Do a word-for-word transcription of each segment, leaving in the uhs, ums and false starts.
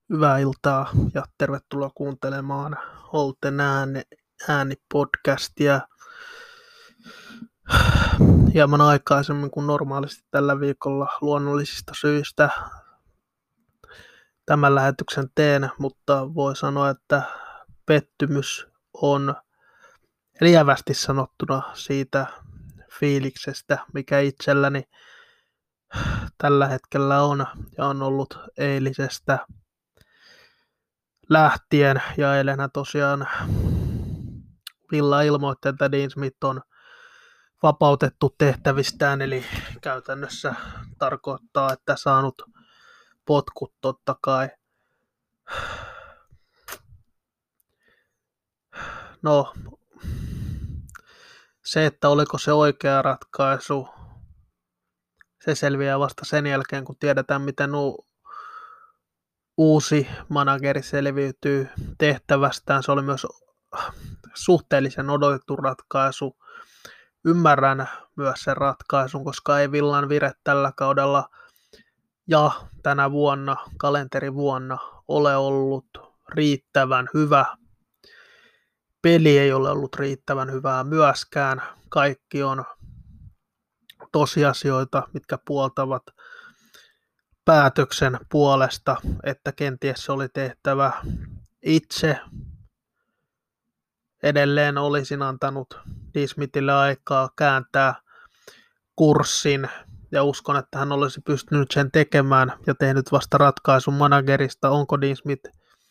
Hyvää iltaa ja tervetuloa kuuntelemaan Holten ääni, ääni-podcastia hieman aikaisemmin kuin normaalisti tällä viikolla luonnollisista syistä. Tämän lähetyksen teen, mutta voi sanoa, että pettymys on lievästi sanottuna siitä fiiliksestä, mikä itselläni tällä hetkellä on ja on ollut eilisestä lähtien. Ja eilenhän tosiaan Villa ilmoitti, että Dean Smith on vapautettu tehtävistään, eli käytännössä tarkoittaa, että saanut potkut totta kai. No, se, että oliko se oikea ratkaisu, se selviää vasta sen jälkeen, kun tiedetään, miten u- uusi manageri selviytyy tehtävästään. Se oli myös suhteellisen odotettu ratkaisu. Ymmärrän myös sen ratkaisun, koska ei Villan vire tällä kaudella ja tänä vuonna, kalenterivuonna, ole ollut riittävän hyvä. Peli ei ole ollut riittävän hyvää myöskään. Kaikki on tosiasioita, mitkä puoltavat päätöksen puolesta, että kenties se oli tehtävä itse. Edelleen olisin antanut Dean Smithille aikaa kääntää kurssin ja uskon, että hän olisi pystynyt sen tekemään ja tehnyt vasta ratkaisun managerista, onko Dean Smith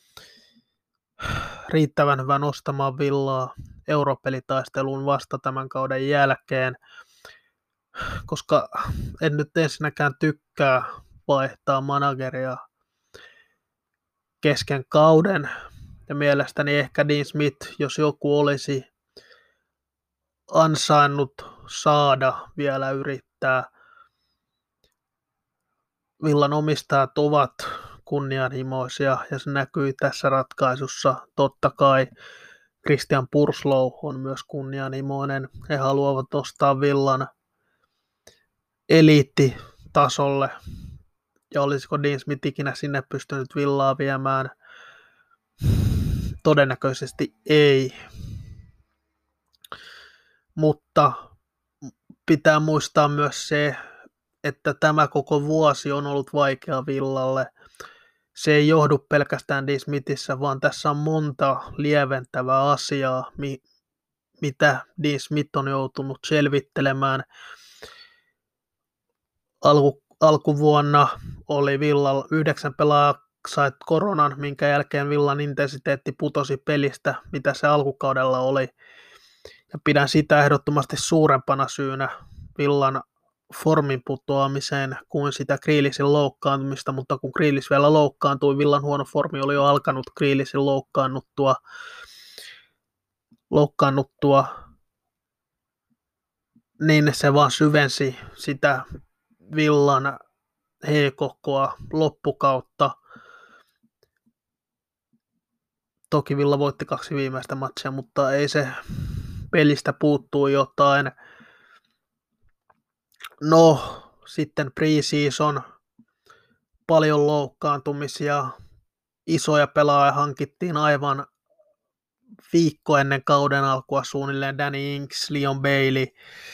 riittävän hyvä nostamaan Villaa europelitaisteluun vasta tämän kauden jälkeen, koska en nyt ensinnäkään tykkää vaihtaa manageria kesken kauden, ja mielestäni ehkä Dean Smith, jos joku olisi ansainnut saada vielä yrittää. Villan omistajat ovat kunnianhimoisia ja se näkyy tässä ratkaisussa. Totta kai Christian Purslow on myös kunnianhimoinen. He haluavat nostaa Villan eliittitasolle. Ja olisiko Dean Smith ikinä sinne pystynyt Villaa viemään? Todennäköisesti ei. Mutta pitää muistaa myös se, että tämä koko vuosi on ollut vaikea Villalle. Se ei johdu pelkästään Dean Smithissä, vaan tässä on monta lieventävää asiaa, mitä Dean Smith on joutunut selvittelemään. Alku, alkuvuonna oli Villalla yhdeksän pelaajaa sai koronan, minkä jälkeen Villan intensiteetti putosi pelistä, mitä se alkukaudella oli. Ja pidän sitä ehdottomasti suurempana syynä Villan formin putoamiseen kuin sitä Grealishin loukkaantumista, mutta kun Grealish vielä loukkaantui, Villan huono formi oli jo alkanut Grealishin loukkaannuttua, loukkaannuttua, niin se vaan syvensi sitä Villan heikkoa loppukautta. Toki Villa voitti kaksi viimeistä matsia, mutta ei se pelistä puuttuu jotain. No, sitten pre-season, paljon loukkaantumisia, isoja pelaajia hankittiin aivan viikko ennen kauden alkua suunnilleen. Danny Ings, Leon Bailey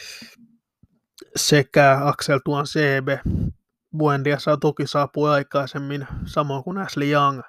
sekä Axel Tuansebe. Buendia toki saapui aikaisemmin, samoin kuin Ashley Young.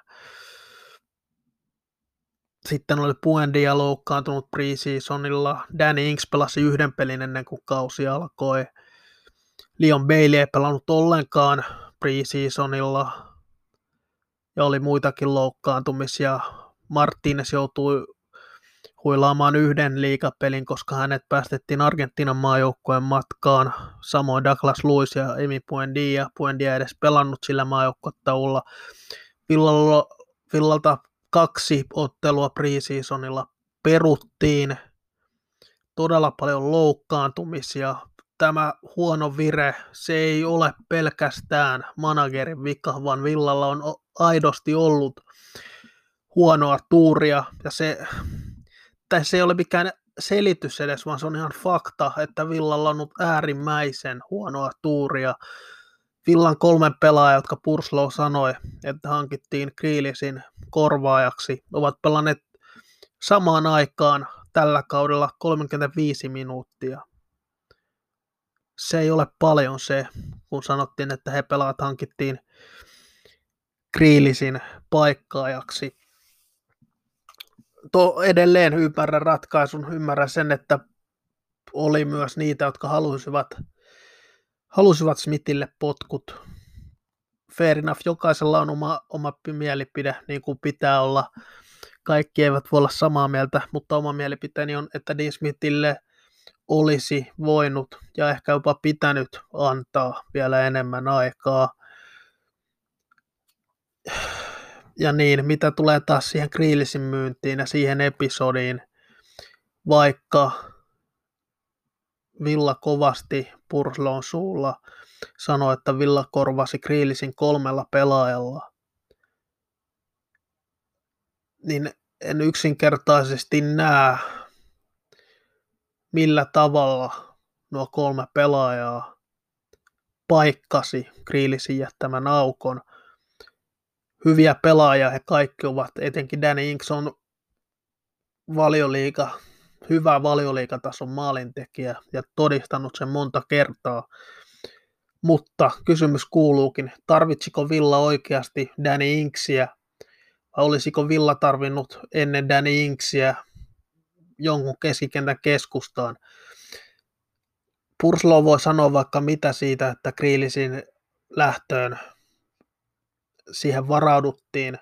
Sitten oli Buendia loukkaantunut pre-seasonilla. Danny Ings pelasi yhden pelin ennen kuin kausi alkoi. Leon Bailey ei pelannut ollenkaan pre-seasonilla ja oli muitakin loukkaantumisia. Martinez joutui huilaamaan yhden liigapelin, koska hänet päästettiin Argentiinan maajoukkueen matkaan. Samoin Douglas Luiz ja Emi Buendia. Buendia ei edes pelannut sillä maajoukkuetaululla. Villalta kaksi ottelua pre-seasonilla peruttiin. Todella paljon loukkaantumisia. Tämä huono vire, se ei ole pelkästään managerin vika, vaan Villalla on aidosti ollut huonoa tuuria, ja se, tai se ei ole mikään selitys edes, vaan se on ihan fakta, että Villalla on ollut äärimmäisen huonoa tuuria. Villan kolme pelaajaa, jotka Purslow sanoi, että hankittiin Grealishin korvaajaksi, ovat pelanneet samaan aikaan tällä kaudella kolmekymmentäviisi minuuttia. Se ei ole paljon se, kun sanottiin, että he pelaat hankittiin Grealishin paikkaajaksi. To edelleen ymmärrän ratkaisun, ymmärrän sen, että oli myös niitä, jotka halusivat, halusivat Smithille potkut. Fair enough, jokaisella on oma, oma mielipide, niin kuin pitää olla. Kaikki eivät voi olla samaa mieltä, mutta oma mielipiteeni on, että Dean Smithille olisi voinut ja ehkä jopa pitänyt antaa vielä enemmän aikaa. Ja niin, mitä tulee taas siihen Grealishin myyntiin ja siihen episodiin, vaikka Villa kovasti Purslown suulla sanoi, että Villa korvasi Grealishin kolmella pelaajalla, niin en yksinkertaisesti näe, millä tavalla nuo kolme pelaajaa paikkasi Grealishin jättämän aukon. Hyviä pelaajia he kaikki ovat, etenkin Danny Ings on valioliiga, hyvä valioliigatason maalintekijä ja todistanut sen monta kertaa. Mutta kysymys kuuluukin, tarvitsiko Villa oikeasti Danny Ingsiä vai olisiko Villa tarvinnut ennen Danny Ingsiä jonkun keskikentän keskustaan? Purslow voi sanoa vaikka mitä siitä, että Grealishin lähtöön siihen varauduttiin,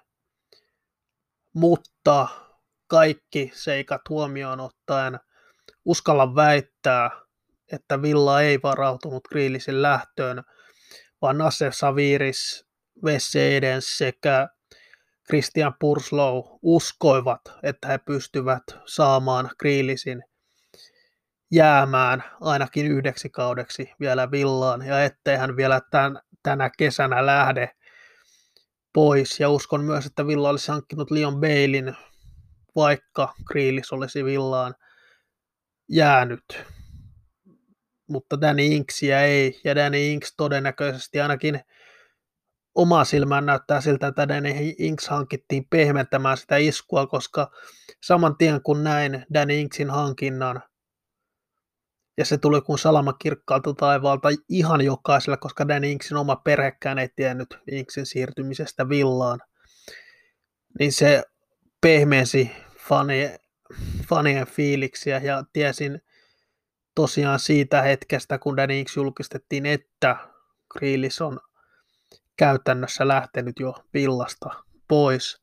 mutta kaikki seikat huomioon ottaen uskalla väittää, että Villa ei varautunut Grealishin lähtöön, vaan Nacer Saviris, Wes Edens sekä Christian Purslow uskoivat, että he pystyvät saamaan Grealishin jäämään ainakin yhdeksi kaudeksi vielä Villaan ja ettei hän vielä tän, tänä kesänä lähde pois. Ja uskon myös, että Villa olisi hankkinut Leon Balein, vaikka Grealish olisi Villaan jäänyt. Mutta Danny Ingsiä ei, ja Danny Ings todennäköisesti ainakin oma silmään näyttää siltä, että Danny Ings hankittiin pehmentämään sitä iskua, koska saman tien kun näin Danny Ingsin hankinnan, ja se tuli kuin salama kirkkaalta taivaalta ihan jokaisella, koska Danny Ingsin oma perhekään ei tiennyt Ingsin siirtymisestä Villaan, niin se pehmensi fanien, fanien fiiliksiä, ja tiesin tosiaan siitä hetkestä, kun Danny Ings julkistettiin, että Grealish on käytännössä lähtenyt jo Villasta pois.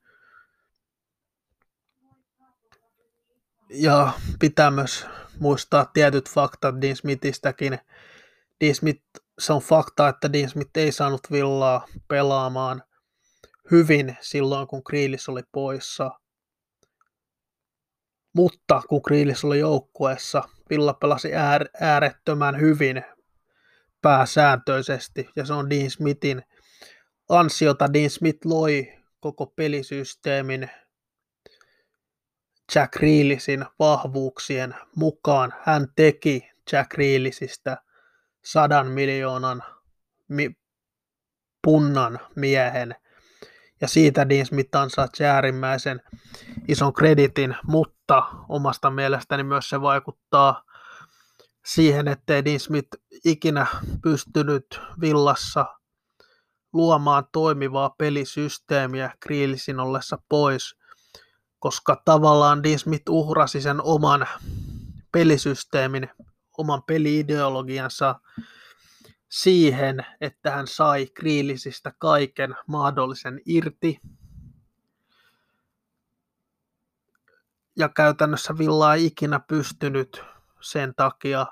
Ja pitää myös muistaa tietyt faktat Dean Smithistäkin. Dean Smith, se on fakta, että Dean Smith ei saanut Villaa pelaamaan hyvin silloin, kun Grealish oli poissa. Mutta kun Grealish oli joukkueessa, Villa pelasi äär, äärettömän hyvin pääsääntöisesti, ja se on Dean Smithin ansiota. Dean Smith loi koko pelisysteemin Jack Grealishin vahvuuksien mukaan. Hän teki Jack Grealishistä sadan miljoonan mi- punnan miehen, ja siitä Dean Smith ansaitsee äärimmäisen ison kreditin, mutta omasta mielestäni myös se vaikuttaa siihen, ettei Dean Smith ikinä pystynyt Villassa luomaan toimivaa pelisysteemiä Grealishin ollessa pois, koska tavallaan Dean Smith uhrasi sen oman pelisysteemin, oman peli-ideologiansa siihen, että hän sai Grealishistä kaiken mahdollisen irti. Ja käytännössä Villa ei ikinä pystynyt sen takia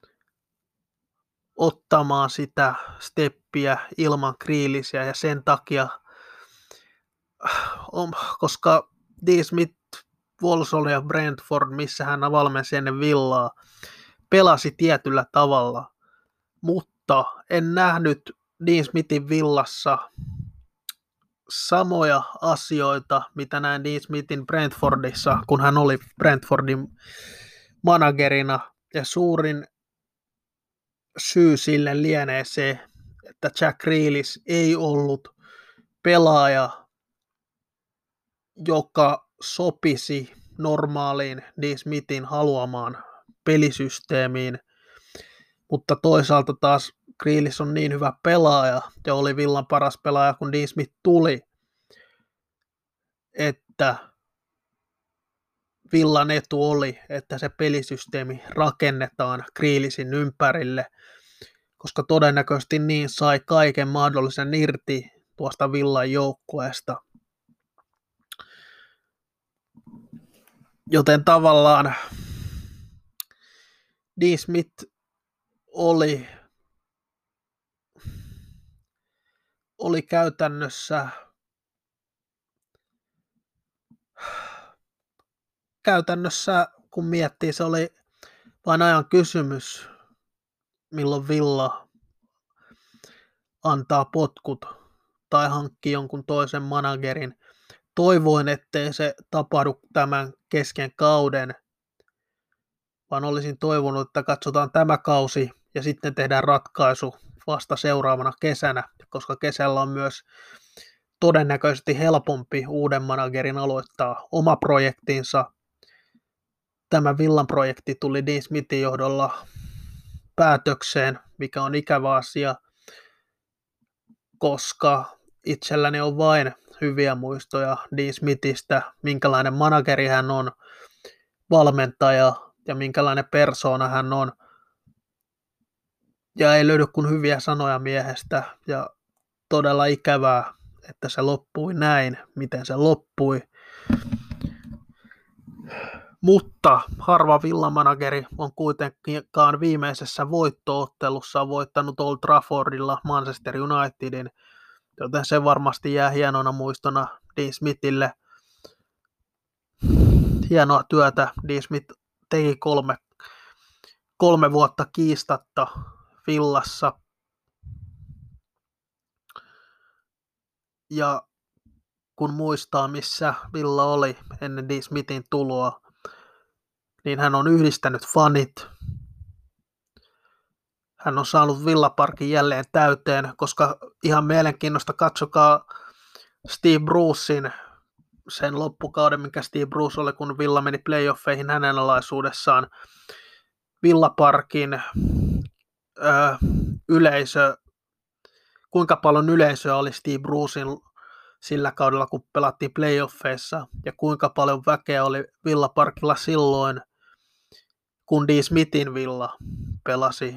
ottamaan sitä steppiä ilman Grealishia, ja sen takia, koska Dean Smith, Walsall ja Brentford, missä hän valmensi ennen Villaa, pelasi tietyllä tavalla, mutta en nähnyt Dean Smithin Villassa samoja asioita, mitä näin Dean Smithin Brentfordissa, kun hän oli Brentfordin managerina, ja suurin syy sille lienee se, että Jack Grealish ei ollut pelaaja, joka sopisi normaaliin Dean Smithin haluamaan pelisysteemiin, mutta toisaalta taas Grealish on niin hyvä pelaaja ja oli Villan paras pelaaja, kun Dean Smith tuli, että Villan etu oli, että se pelisysteemi rakennetaan Grealishin ympärille, koska todennäköisesti niin sai kaiken mahdollisen irti tuosta Villan joukkueesta. Joten tavallaan Dean Smith oli, oli käytännössä käytännössä, kun miettii, se oli vain ajan kysymys, milloin Villa antaa potkut tai hankkii jonkun toisen managerin. Toivoin, ettei se tapahdu tämän kesken kauden, vaan olisin toivonut, että katsotaan tämä kausi ja sitten tehdään ratkaisu vasta seuraavana kesänä, koska kesällä on myös todennäköisesti helpompi uuden managerin aloittaa oma projektinsa. Tämä Villan projekti tuli Dean Smithin johdolla päätökseen, mikä on ikävä asia, koska itselläni on vain hyviä muistoja Dean Smithistä, minkälainen manageri hän on, valmentaja ja minkälainen persoona hän on. Ja ei löydy kuin hyviä sanoja miehestä ja todella ikävää, että se loppui näin, miten se loppui. Mutta harva Villa-manageri on kuitenkaan viimeisessä voittoottelussa voittanut Old Traffordilla Manchester Unitedin, joten se varmasti jää hienona muistona Dean Smithille. Hienoa työtä Dean Smith teki kolme, kolme vuotta kiistatta Villassa. Ja kun muistaa, missä Villa oli ennen Dean Smithin tuloa, niin hän on yhdistänyt fanit. Hän on saanut Villaparkin jälleen täyteen, koska ihan mielenkiinnosta katsokaa Steve Brucein sen loppukauden, minkä Steve Bruce oli, kun Villa meni playoffeihin hänen alaisuudessaan. Villaparkin ö, yleisö, kuinka paljon yleisöä oli Steve Brucein sillä kaudella, kun pelattiin playoffeissa, ja kuinka paljon väkeä oli Villaparkilla silloin, kun Dean Smithin Villa pelasi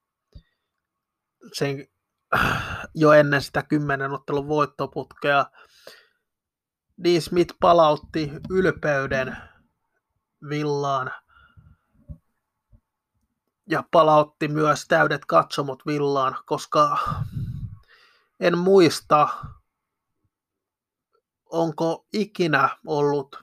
sen jo ennen sitä kymmenen ottelun voittoputkea. Dean Smith palautti ylpeyden Villaan ja palautti myös täydet katsomot Villaan, koska en muista, onko ikinä ollut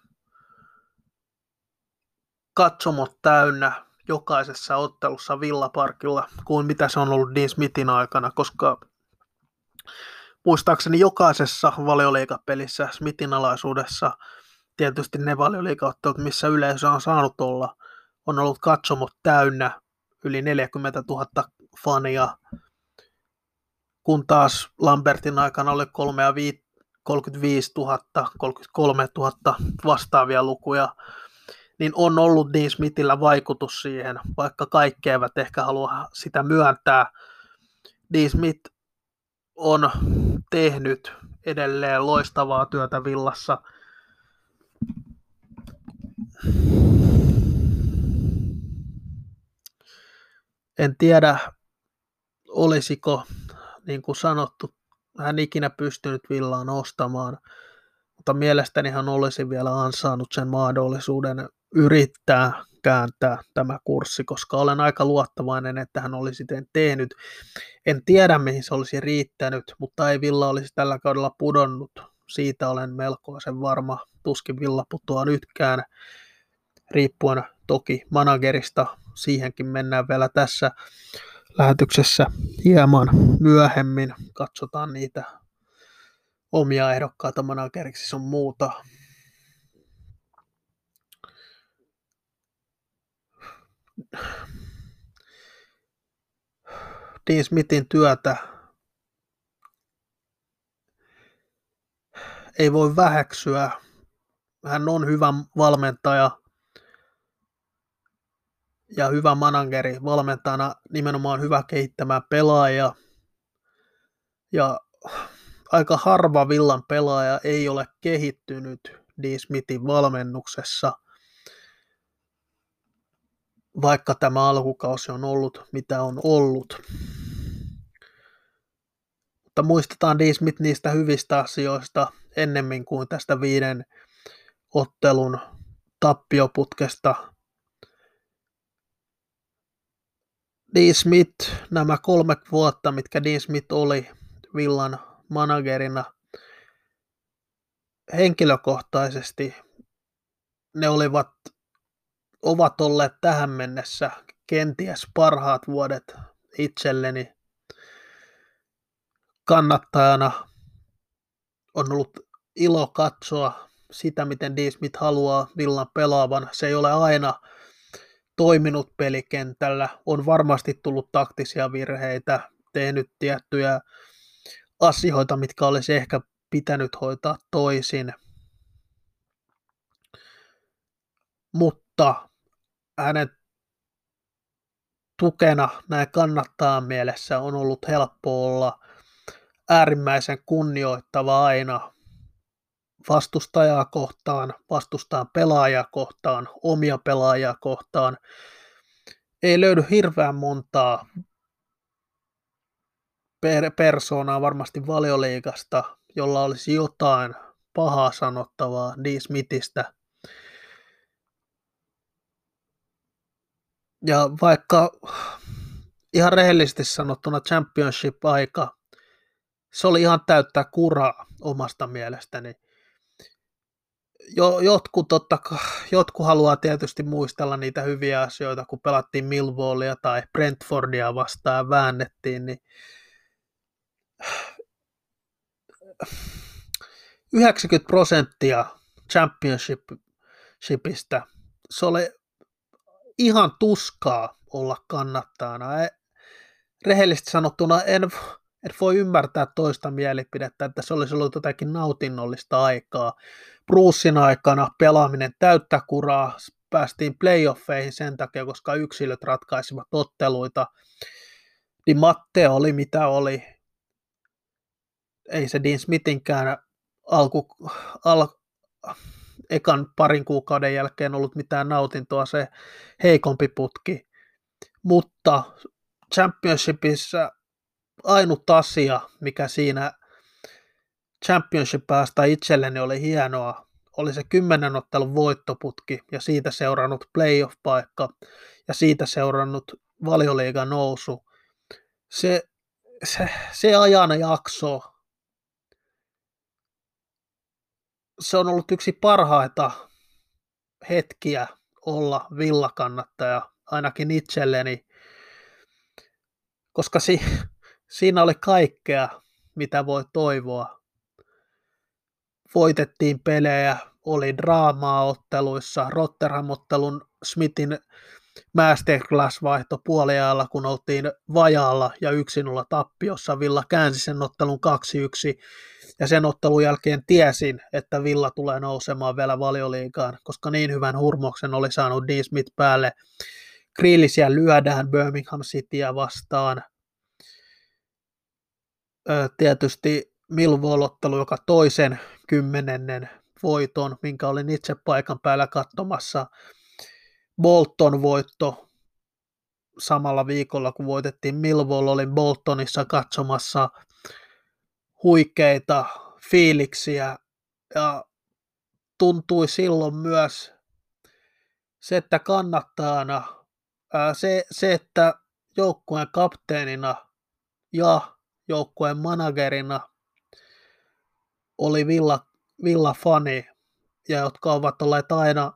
katsomot täynnä jokaisessa ottelussa Villaparkilla kuin mitä se on ollut Dean Smithin aikana, koska muistaakseni jokaisessa valioliigapelissä Smithin alaisuudessa, tietysti ne valioliigaottelut, missä yleisö on saanut olla, on ollut katsomot täynnä yli neljäkymmentätuhatta fania, kun taas Lambertin aikana oli kolmekymmentäviisituhatta, kolmekymmentäkolmetuhatta vastaavia lukuja, niin on ollut Dean Smithillä vaikutus siihen, vaikka kaikki eivät ehkä halua sitä myöntää. Dean Smith on tehnyt edelleen loistavaa työtä Villassa. En tiedä, olisiko, niin kuin sanottu, hän ikinä pystynyt Villaan ostamaan, mutta mielestäni hän olisi vielä ansainnut sen mahdollisuuden yrittää kääntää tämä kurssi, koska olen aika luottavainen, että hän olisi sen tehnyt. En tiedä, mihin se olisi riittänyt, mutta ei Villa olisi tällä kaudella pudonnut. Siitä olen melkoisen varma. Tuskin Villa putoaa nytkään, riippuen toki managerista. Siihenkin mennään vielä tässä lähetyksessä hieman myöhemmin. Katsotaan niitä omia ehdokkaita manageriksi sun muuta. Dean Smithin työtä ei voi väheksyä. Hän on hyvä valmentaja ja hyvä manageri valmentajana, nimenomaan hyvä kehittämään pelaajia. Ja aika harva Villan pelaaja ei ole kehittynyt Dean Smithin valmennuksessa, vaikka tämä alkukausi on ollut mitä on ollut. Mutta muistetaan Dean Smith niistä hyvistä asioista ennemmin kuin tästä viiden ottelun tappioputkesta. Dean Smith, nämä kolme vuotta, mitkä Dean Smith oli Villan managerina, henkilökohtaisesti ne olivat, ovat olleet tähän mennessä kenties parhaat vuodet itselleni. Kannattajana on ollut ilo katsoa sitä, miten Dean Smith haluaa Villan pelaavan. Se ei ole aina toiminut pelikentällä. On varmasti tullut taktisia virheitä, tehnyt tiettyjä asioita, mitkä olisi ehkä pitänyt hoitaa toisin. Mutta hänen tukena näin kannattaa mielessä on ollut helppo olla äärimmäisen kunnioittava aina vastustajaa kohtaan, vastustajan pelaajaa kohtaan, omia pelaajia kohtaan. Ei löydy hirveän montaa per- persoonaa varmasti Valioliigasta, jolla olisi jotain pahaa sanottavaa Dean Smithistä. Ja vaikka ihan rehellisesti sanottuna championship-aika, se oli ihan täyttää kuraa omasta mielestäni. Jo, jotkut, totta, jotkut haluaa tietysti muistella niitä hyviä asioita, kun pelattiin Millwallia tai Brentfordia vastaan ja väännettiin, niin yhdeksänkymmentä prosenttia championshipista, se oli ihan tuskaa olla kannattajana. Rehellisesti sanottuna en, en voi ymmärtää toista mielipidettä, että se olisi ollut jotakin nautinnollista aikaa. Brucein aikana pelaaminen täyttä kuraa, päästiin playoffeihin sen takia, koska yksilöt ratkaisivat otteluita. Niin Matteo oli mitä oli. Ei se Dean Smithinkään alku, al, ekan parin kuukauden jälkeen ollut mitään nautintoa, se heikompi putki. Mutta championshipissa ainut asia, mikä siinä championship-päästä itselleni oli hienoa, oli se kymmenen ottelun voittoputki ja siitä seurannut playoff-paikka ja siitä seurannut Valioliigan nousu. Se, se, se ajan jakso, se on ollut yksi parhaita hetkiä olla Villa-kannattaja, ainakin itselleni, koska si, siinä oli kaikkea, mitä voi toivoa. Voitettiin pelejä, oli draamaa otteluissa, Rotherham-ottelun Smithin masterclass-vaihto puoliajalla, kun oltiin vajaalla ja yksi nolla tappiossa. Villa käänsi sen ottelun kaksi yksi ja sen ottelun jälkeen tiesin, että Villa tulee nousemaan vielä Valioliigaan, koska niin hyvän hurmoksen oli saanut Dean Smith päälle. Grealishia lyödään Birmingham Cityä vastaan. Tietysti Millwall-ottelu, joka toisen kymmenennen voiton, minkä olin itse paikan päällä katsomassa. Bolton voitto samalla viikolla, kun voitettiin Millwall, olin Boltonissa katsomassa huikeita fiiliksiä ja tuntui silloin myös se, että kannattajana, se, se että joukkueen kapteenina ja joukkueen managerina oli Villa, Villa-fani, ja jotka ovat olleet aina,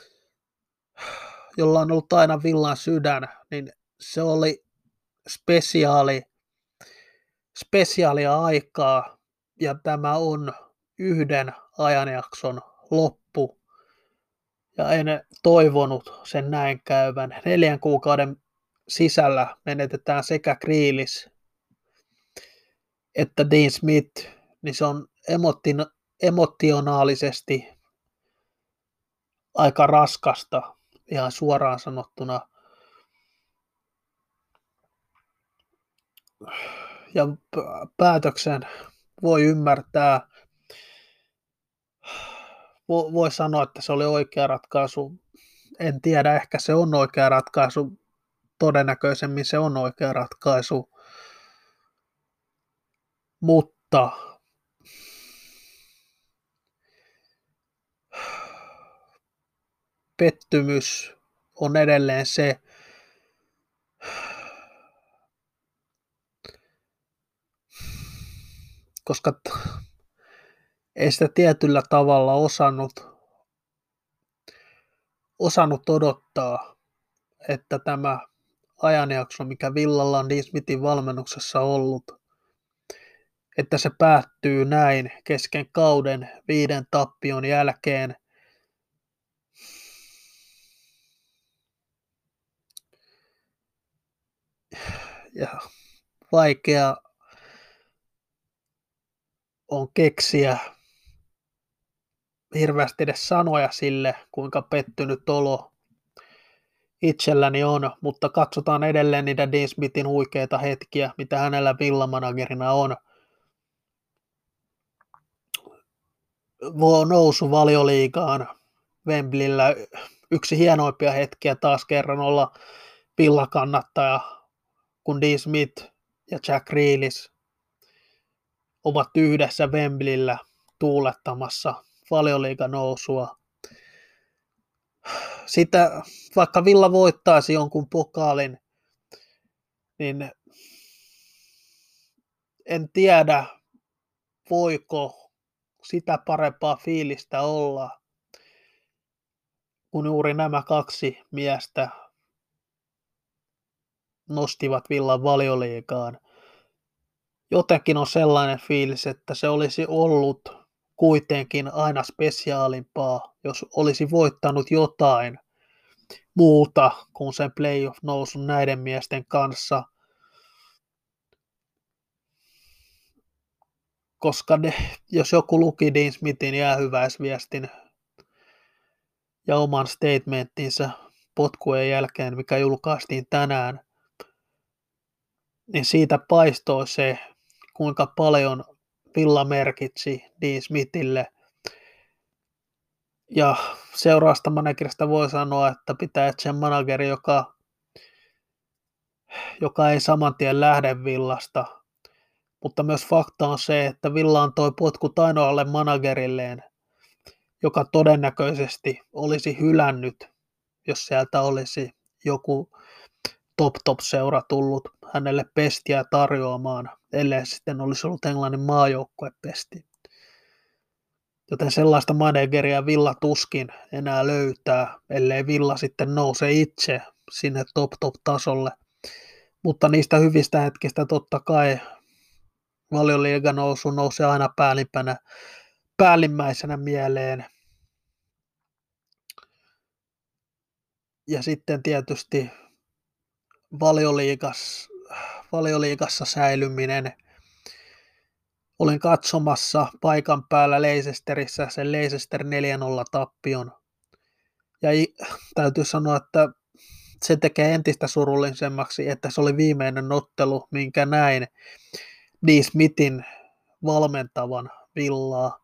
jolla on ollut aina Villan sydän, niin se oli spesiaali, spesiaalia aikaa, ja tämä on yhden ajanjakson loppu, ja en toivonut sen näin käyvän. Neljän kuukauden sisällä menetetään sekä Grealish että Dean Smith, niin se on emotionaalisesti aika raskasta, ihan suoraan sanottuna. Ja päätöksen voi ymmärtää, voi sanoa, että se oli oikea ratkaisu. En tiedä, ehkä se on oikea ratkaisu. Todennäköisemmin se on oikea ratkaisu. Mutta pettymys on edelleen se, koska ei sitä tietyllä tavalla osannut, osannut odottaa, että tämä ajanjakso, mikä Villalla on Dean Smithin valmennuksessa ollut, että se päättyy näin kesken kauden viiden tappion jälkeen. Ja vaikea on keksiä hirveästi edes sanoja sille, kuinka pettynyt olo itselläni on, mutta katsotaan edelleen niitä Dean Smithin huikeita hetkiä, mitä hänellä villamanagerina on. Nousu Valioliigaan Wembleyllä, yksi hienoimpia hetkiä taas kerran olla villakannattaja, kun Dean Smith ja Jack Grealish ovat yhdessä Wembleyllä tuulettamassa Valioliigan nousua. Sitä, vaikka Villa voittaisi jonkun pokaalin, niin en tiedä, voiko sitä parempaa fiilistä olla, kun juuri nämä kaksi miestä nostivat Villan Valioliigaan. Jotenkin on sellainen fiilis, että se olisi ollut kuitenkin aina spesiaalimpaa, jos olisi voittanut jotain muuta kuin sen playoff-nousun näiden miesten kanssa. Koska ne, jos joku luki Dean Smithin jäähyväisviestin ja oman statementtinsa potkujen jälkeen, mikä julkaistiin tänään, niin siitä paistoi se, kuinka paljon Villa merkitsi Dean Smithille. Ja seuraavasta managerista voi sanoa, että pitää sen manageri, joka, joka ei saman tien lähde Villasta. Mutta myös fakta on se, että Villa antoi potkut ainoalle managerilleen, joka todennäköisesti olisi hylännyt, jos sieltä olisi joku top-top-seura tullut hänelle pestiä tarjoamaan, ellei sitten olisi ollut Englannin maajoukkuepesti. Joten sellaista manageria Villa tuskin enää löytää, ellei Villa sitten nouse itse sinne top-top-tasolle. Mutta niistä hyvistä hetkistä totta kai Valioliigan nousu nousee aina päällimpänä, päällimmäisenä mieleen. Ja sitten tietysti Valioliigassa, Valioliigassa säilyminen. Olin katsomassa paikan päällä Leicesterissä sen Leicester neljä nolla tappion. Ja täytyy sanoa, että se tekee entistä surullisemmaksi, että se oli viimeinen ottelu, minkä näin Dean Smithin valmentavan Villaa.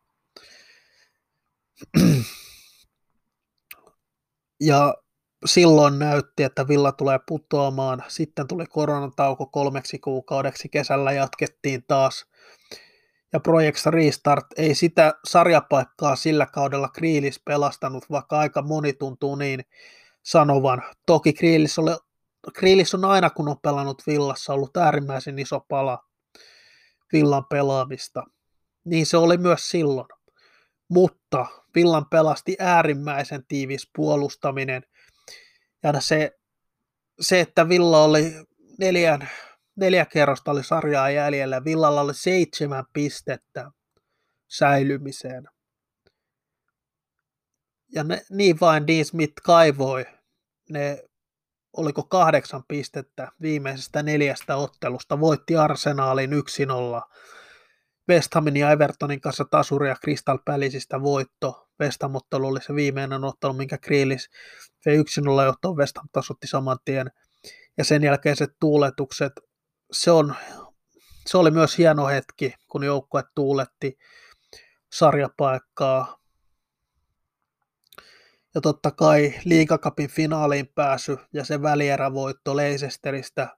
Ja silloin näytti, että Villa tulee putoamaan. Sitten tuli koronatauko kolmeksi kuukaudeksi. Kesällä jatkettiin taas. Ja Project Restart ei sitä sarjapaikkaa sillä kaudella Grealish pelastanut, vaikka aika moni tuntuu niin sanovan. Toki Grealish, oli, Grealish on aina, kun on pelannut Villassa, ollut äärimmäisen iso pala Villan pelaamista. Niin se oli myös silloin. Mutta Villan pelasti äärimmäisen tiivis puolustaminen. Ja se, se että Villa oli neljän, neljä kerrosta oli sarjaa jäljellä. Villalla oli seitsemän pistettä säilymiseen. Ja ne, niin vain Dean Smith kaivoi ne, oliko kahdeksan pistettä viimeisestä neljästä ottelusta. Voitti Arsenaalin yksi nolla. West Hamin ja Evertonin kanssa tasuri ja Crystal Palacesta voitto. West Ham-ottelu oli se viimeinen ottelu, minkä Grealish vei yksi nolla johtoon. West Ham tasoitti saman tien. Ja sen jälkeiset tuuletukset, se, on, se oli myös hieno hetki, kun joukkue tuuletti sarjapaikkaa. Ja totta kai liigacupin finaaliin pääsy ja se välierävoitto Leicesteristä.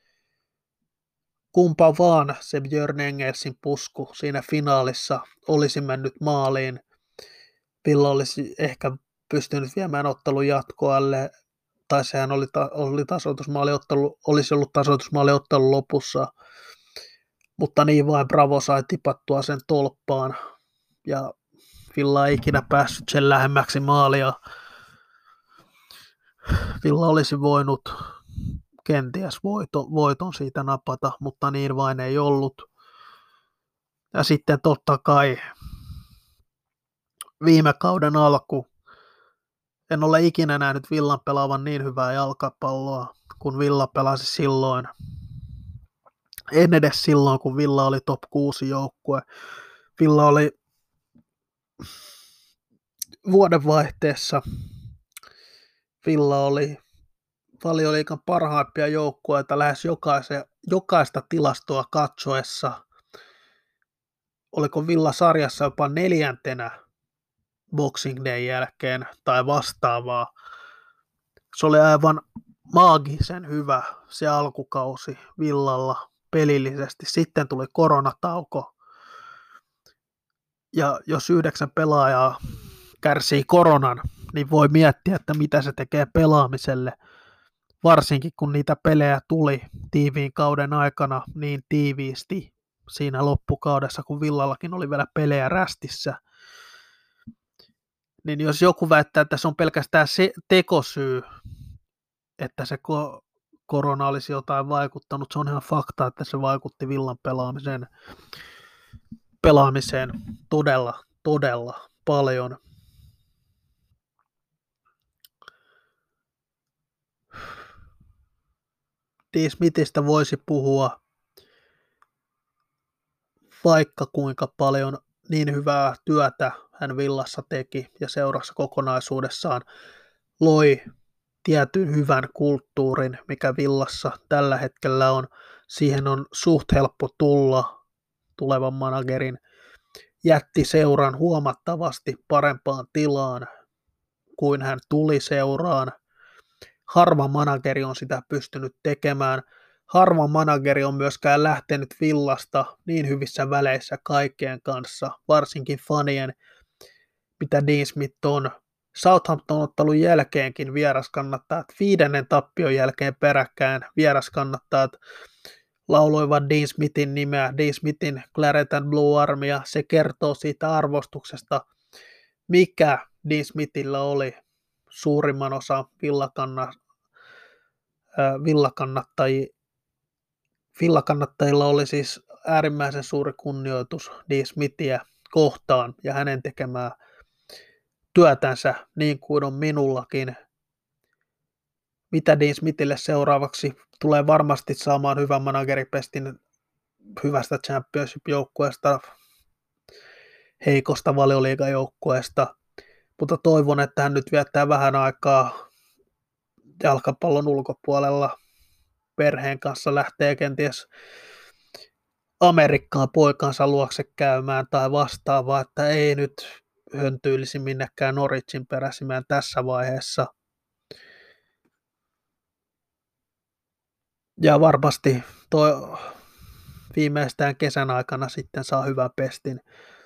Kumpa vaan se Björn Engelsin pusku siinä finaalissa olisi mennyt maaliin. Villa olisi ehkä pystynyt viemään ottelun jatkoalle, tai sehän oli, ta- oli tasoitusmaaliottelu, olisi ollut tasoitusmaaliottelun lopussa, mutta niin vain Bravo sai tipattua sen tolppaan, ja Villa ei ikinä päässyt sen lähemmäksi maalia. Villa olisi voinut kenties voito, voiton siitä napata, mutta niin vain ei ollut. Ja sitten totta kai viime kauden alku. En ole ikinä nähnyt Villan pelaavan niin hyvää jalkapalloa, kun Villa pelasi silloin. En edes silloin, kun Villa oli top kuusi joukkue. Villa oli vuodenvaihteessa. Villa oli Valioliigan parhaimpia joukkueita lähes jokaista tilastoa katsoessa. Oliko Villa sarjassa jopa neljäntenä Boxing Day jälkeen tai vastaavaa. Se oli aivan maagisen hyvä se alkukausi Villalla pelillisesti. Sitten tuli koronatauko. Ja jos yhdeksän pelaajaa kärsii koronan, niin voi miettiä, että mitä se tekee pelaamiselle. Varsinkin kun niitä pelejä tuli tiiviin kauden aikana niin tiiviisti siinä loppukaudessa, kun Villallakin oli vielä pelejä rästissä. Niin jos joku väittää, että se on pelkästään se tekosyy, että se ko- korona olisi jotain vaikuttanut, se on ihan fakta, että se vaikutti Villan pelaamiseen, pelaamiseen todella, todella paljon. Dean Smithistä voisi puhua vaikka kuinka paljon. Niin hyvää työtä hän Villassa teki ja seurassa kokonaisuudessaan loi tietyn hyvän kulttuurin, mikä Villassa tällä hetkellä on. Siihen on suht helppo tulla tulevan managerin. Jätti seuran huomattavasti parempaan tilaan kuin hän tuli seuraan. Harva manageri on sitä pystynyt tekemään. Harva manageri on myöskään lähtenyt Villasta niin hyvissä väleissä kaikkien kanssa, varsinkin fanien, mitä Dean Smith on. Southampton-ottelun jälkeenkin vieraskannattajat, viidennen tappion jälkeen peräkkäin vieraskannattajat lauloivat Dean Smithin nimeä, Dean Smithin Claret and Blue Army, ja se kertoo siitä arvostuksesta, mikä Dean Smithillä oli suurimman osa villakanna, äh, villakannattajia. Villakannattajilla oli siis äärimmäisen suuri kunnioitus Dean Smithia kohtaan ja hänen tekemää työtänsä, niin kuin on minullakin. Mitä Dean Smithille seuraavaksi tulee varmasti saamaan hyvän manageripestin hyvästä Championship-joukkueesta, heikosta Valioliiga-joukkueesta, mutta toivon, että hän nyt viettää vähän aikaa jalkapallon ulkopuolella perheen kanssa, lähtee kenties Amerikkaan poikansa luokse käymään tai vastaavaa, että ei nyt höntyilisi minnekään Norwichin peräsimään tässä vaiheessa. Ja varmasti toi viimeistään kesän aikana sitten saa hyvän pestin,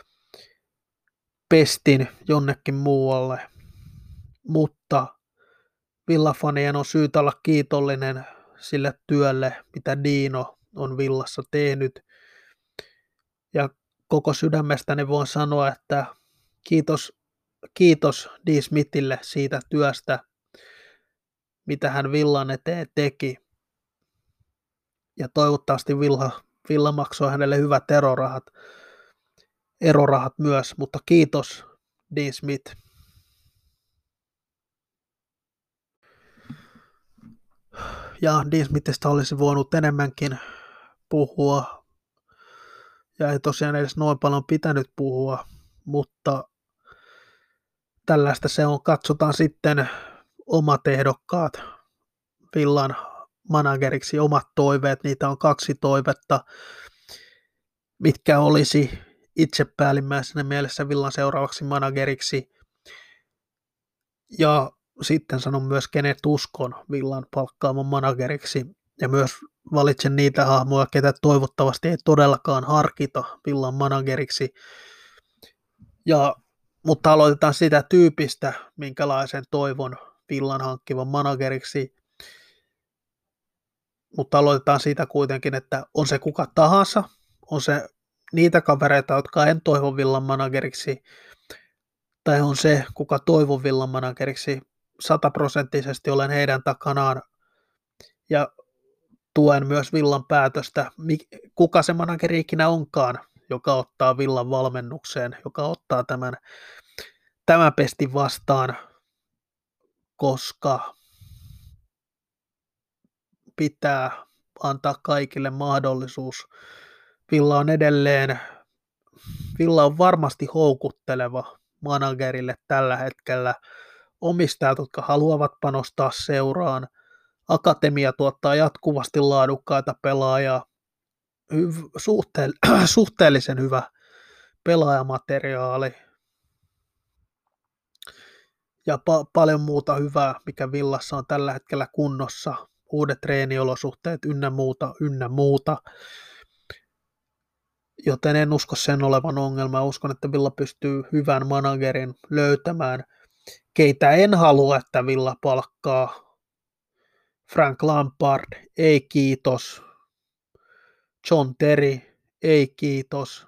pestin jonnekin muualle. Mutta Villafanien on syytä olla kiitollinen sille työlle, mitä Dino on Villassa tehnyt. Ja koko sydämestäni voin sanoa, että kiitos, kiitos Dean Smithille siitä työstä, mitä hän Villan eteen teki. Ja toivottavasti Villa, Villa maksoi hänelle hyvät erorahat, erorahat myös, mutta kiitos Dean Smith. Ja Dean Smithistä olisi voinut enemmänkin puhua. ja ei tosiaan edes noin paljon pitänyt puhua, mutta tällaista se on. Katsotaan sitten omat ehdokkaat Villan manageriksi, omat toiveet, niitä on kaksi toivetta, mitkä olisi itse päällimmäisenä mielessä Villan seuraavaksi manageriksi, ja sitten sanon myös kenet uskon Villan palkkaaman manageriksi, ja myös valitsen niitä hahmoja, ketä toivottavasti ei todellakaan harkita Villan manageriksi. Ja, mutta aloitetaan sitä tyypistä, minkälaisen toivon Villan hankkivan manageriksi. Mutta aloitetaan siitä kuitenkin, että on se kuka tahansa, on se niitä kavereita, jotka en toivo Villan manageriksi, tai on se, kuka toivon Villan manageriksi. Sataprosenttisesti olen heidän takanaan ja tuen myös Villan päätöstä, kuka se manageri ikinä onkaan, joka ottaa Villan valmennukseen, joka ottaa tämän, tämän pestin vastaan, koska pitää antaa kaikille mahdollisuus. Villa on edelleen, Villa on varmasti houkutteleva managerille tällä hetkellä. Omistajat, jotka haluavat panostaa seuraan. Akatemia tuottaa jatkuvasti laadukkaita pelaajia. Hyv- suhteel- suhteellisen hyvä pelaajamateriaali. Ja pa- paljon muuta hyvää, mikä Villassa on tällä hetkellä kunnossa. Uudet treeniolosuhteet ynnä muuta, ynnä muuta. Joten en usko sen olevan ongelma. Uskon, että Villa pystyy hyvän managerin löytämään. Keitä en halua, että Villa palkkaa. Frank Lampard, ei kiitos. John Terry, ei kiitos.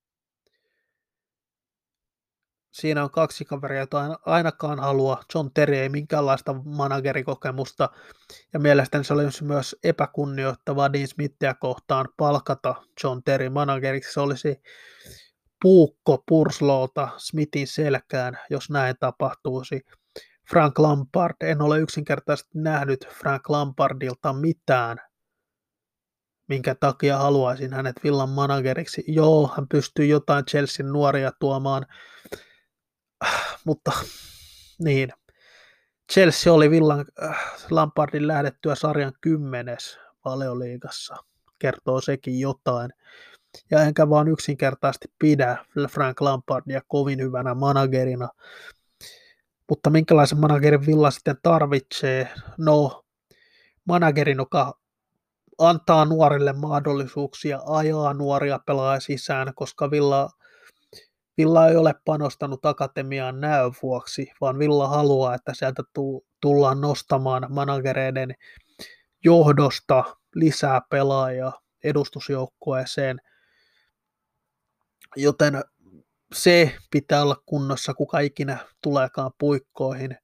Siinä on kaksi kaveria, jota ainakaan halua. John Terry ei minkäänlaista managerikokemusta. Ja mielestäni se olisi myös epäkunnioittavaa Dean Smithia kohtaan palkata John Terry manageriksi. Se olisi puukko Pursloota Smithin selkään, jos näin tapahtuisi. Frank Lampard, en ole yksinkertaisesti nähnyt Frank Lampardilta mitään, minkä takia haluaisin hänet Villan manageriksi. Joo, hän pystyy jotain Chelsean nuoria tuomaan, mutta niin. Chelsea oli Villan äh, Lampardin lähdettyä sarjan kymmenes Valioliigassa. Kertoo sekin jotain. Ja enkä vaan yksinkertaisesti pidä Frank Lampardia kovin hyvänä managerina. Mutta minkälaisen managerin Villa sitten tarvitsee? No, managerin, joka antaa nuorille mahdollisuuksia, ajaa nuoria pelaajia sisään, koska Villa, Villa ei ole panostanut akatemiaan näön vuoksi, vaan Villa haluaa, että sieltä tullaan nostamaan managereiden johdosta lisää pelaajia edustusjoukkueeseen, joten se pitää olla kunnossa, kuka ikinä tuleekaan puikkoihin.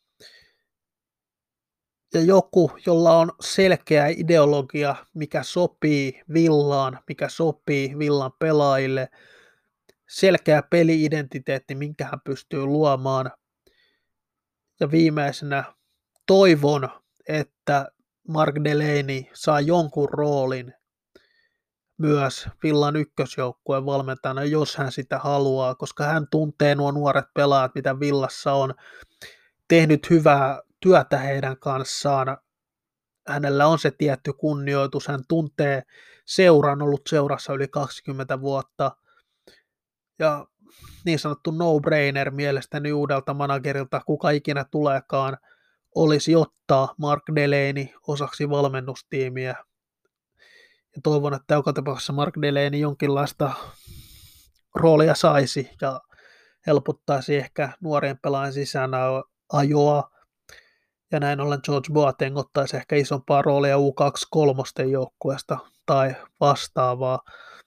Ja joku, jolla on selkeä ideologia, mikä sopii Villaan, mikä sopii Villan pelaajille, selkeä peli-identiteetti, minkä hän pystyy luomaan. Ja viimeisenä toivon, että Mark Delaney saa jonkun roolin myös Villan ykkösjoukkueen valmentajana, jos hän sitä haluaa, koska hän tuntee nuo nuoret pelaajat, mitä Villassa on, tehnyt hyvää työtä heidän kanssaan. Hänellä on se tietty kunnioitus, hän tuntee seuran, ollut seurassa yli kaksikymmentä vuotta, ja niin sanottu no-brainer mielestäni uudelta managerilta, kuka ikinä tuleekaan, olisi ottaa Mark Delaney osaksi valmennustiimiä. Ja toivon, että joka tapauksessa Mark Delaney jonkinlaista roolia saisi ja helpottaisi ehkä nuorien pelaajien sisään ajoa. Ja näin ollen George Boateng ottaisi ehkä isompaa roolia U kaksikymmentäkolme joukkueesta tai vastaavaa.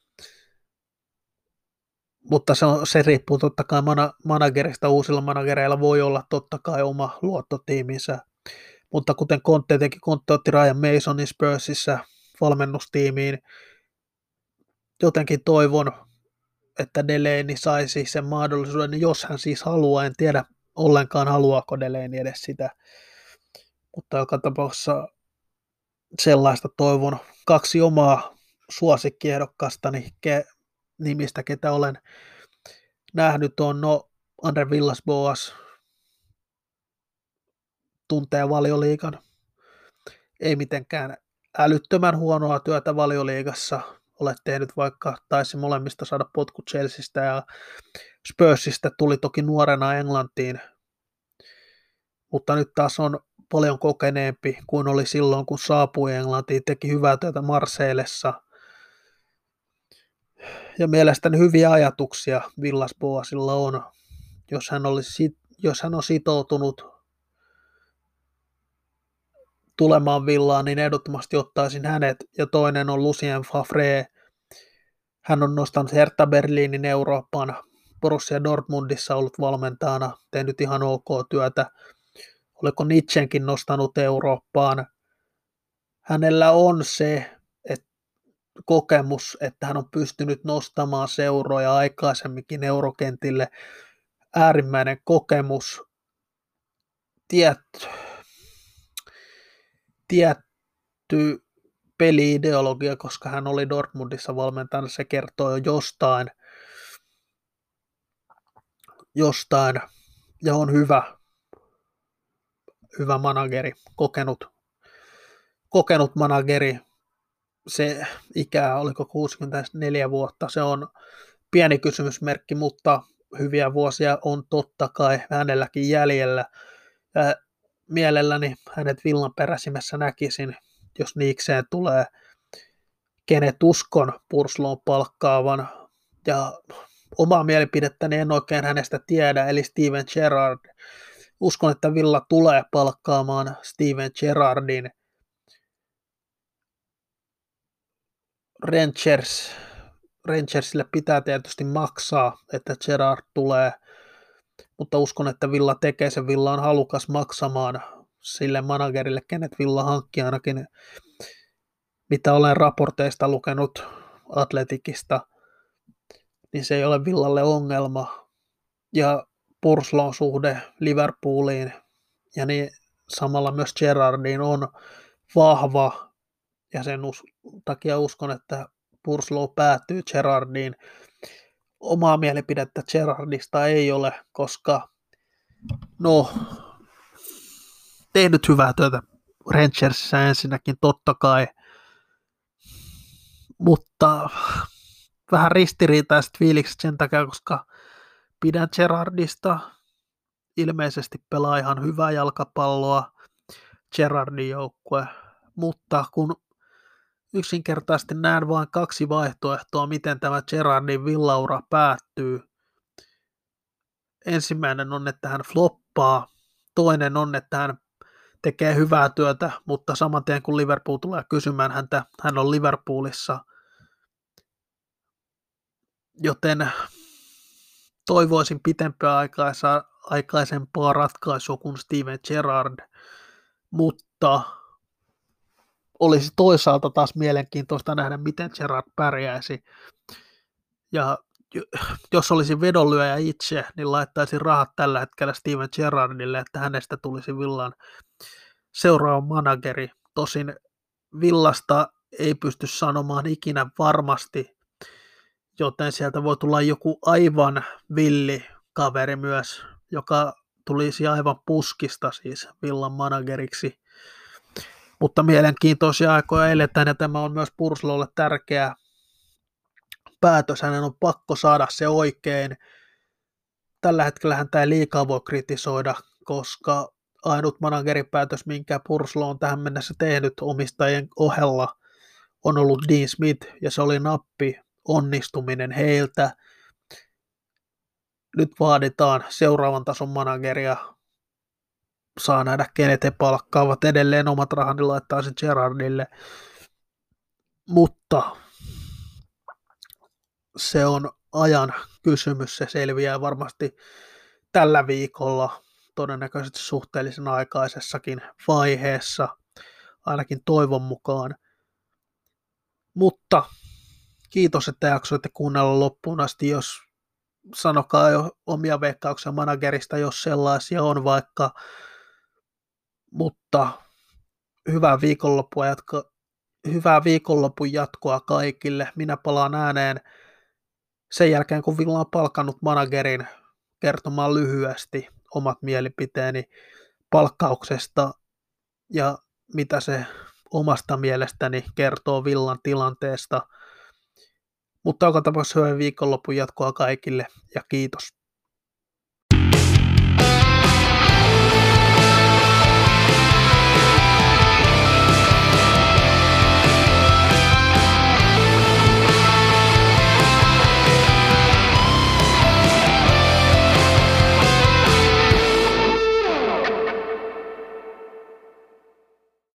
Mutta se, on, se riippuu totta kai mana, managerista. Uusilla managereilla voi olla totta kai oma luottotiiminsä. Mutta kuten Conte teki, Conte otti Ryan Masonin Spursissa valmennustiimiin. Jotenkin toivon, että Delaney saisi sen mahdollisuuden, jos hän siis haluaa. En tiedä ollenkaan, haluaako Delaney edes sitä. Mutta joka tapauksessa sellaista toivon. Kaksi omaa suosikkiehdokastani, nimistä, ketä olen nähnyt, on no Andre Villas-Boas, tuntee Valioliigan, ei mitenkään älyttömän huonoa työtä Valioliigassa, olet tehnyt, vaikka taisi molemmista saada potku Chelseastä ja Spursista, tuli toki nuorena Englantiin, mutta nyt taas on paljon kokeneempi kuin oli silloin, kun saapui Englantiin, teki hyvää työtä Marseillessa. Ja mielestäni hyviä ajatuksia Villas-Boasilla on, jos hän, olisi, jos hän on sitoutunut tulemaan Villaan, niin ehdottomasti ottaisin hänet. Ja toinen on Lucien Favre. Hän on nostanut Hertha Berlinin Euroopan, Borussia Dortmundissa ollut valmentajana, tehnyt ihan ok työtä. Oliko Nietzschenkin nostanut Eurooppaan? Hänellä on se että kokemus, että hän on pystynyt nostamaan seuroja aikaisemminkin eurokentille. Äärimmäinen kokemus. Tietty, tietty peli-ideologia, koska hän oli Dortmundissa valmentajana, se kertoo jo jostain, jostain ja on hyvä, hyvä manageri, kokenut, kokenut manageri. Se ikä, oliko kuusikymmentäneljä vuotta, se on pieni kysymysmerkki, mutta hyviä vuosia on totta kai hänelläkin jäljellä. Ja mielelläni hänet Villan peräsimessä näkisin, jos niikseen tulee kenet uskon Pursloon palkkaavan. Ja omaa mielipidettäni en oikein hänestä tiedä, eli Steven Gerrard. Uskon, että Villa tulee palkkaamaan Steven Gerrardin. Rangers, Rangersille pitää tietysti maksaa, että Gerrard tulee, mutta uskon, että Villa tekee sen. Villa on halukas maksamaan sille managerille, kenet Villa hankki ainakin, mitä olen raporteista lukenut Atletikista, niin se ei ole Villalle ongelma. Ja Pursloon suhde Liverpooliin ja niin samalla myös Gerrardiin on vahva, ja sen us- takia uskon, että Purslow päätyy Gerrardiin. Omaa mielipidettä Gerrardista ei ole, koska no, tehnyt hyvää työtä Rangersissa ensinnäkin totta kai, mutta vähän ristiriitaiset fiilikset sen takia, koska pidän Gerrardista, ilmeisesti pelaa ihan hyvää jalkapalloa Gerrardin joukkue, mutta kun yksinkertaisesti näen vain kaksi vaihtoehtoa, miten tämä Gerrardin villaura päättyy. Ensimmäinen on, että hän floppaa, toinen on, että hän tekee hyvää työtä, mutta saman tien kun Liverpool tulee kysymään häntä, hän on Liverpoolissa, joten toivoisin pitempää aikaisempaa ratkaisua kuin Steven Gerrard, mutta olisi toisaalta taas mielenkiintoista nähdä, miten Gerrard pärjäisi. Ja jos olisin vedonlyöjä itse, niin laittaisin rahat tällä hetkellä Steven Gerrardille, että hänestä tulisi Villan seuraava manageri. Tosin Villasta ei pysty sanomaan ikinä varmasti, joten sieltä voi tulla joku aivan villi kaveri myös, joka tulisi aivan puskista siis Villan manageriksi. Mutta mielenkiintoisia aikoja eletään, ja tämä on myös Purslowlle tärkeä päätös. Hänen on pakko saada se oikein. Tällä hetkellä häntä ei liikaa voi kritisoida, koska ainut manageripäätös, minkä Purslow on tähän mennessä tehnyt omistajien ohella, on ollut Dean Smith, ja se oli nappi onnistuminen heiltä. Nyt vaaditaan seuraavan tason manageria. Saa nähdä, kenet he palkkaavat. Edelleen omat rahani laittaa sen Gerrardille. Mutta se on ajan kysymys. Se selviää varmasti tällä viikolla, todennäköisesti suhteellisen aikaisessakin vaiheessa, ainakin toivon mukaan. Mutta kiitos, että jaksoitte kuunnella loppuun asti. Jos sanokaa jo omia veikkauksia managerista, jos sellaisia on vaikka. Mutta hyvää viikonloppua, jatko, hyvää viikonlopun jatkoa kaikille. Minä palaan ääneen sen jälkeen, kun Villa on palkannut managerin kertomaan lyhyesti omat mielipiteeni palkkauksesta ja mitä se omasta mielestäni kertoo Villan tilanteesta. Mutta joka tapauksessa hyvää viikonlopun jatkoa kaikille ja kiitos.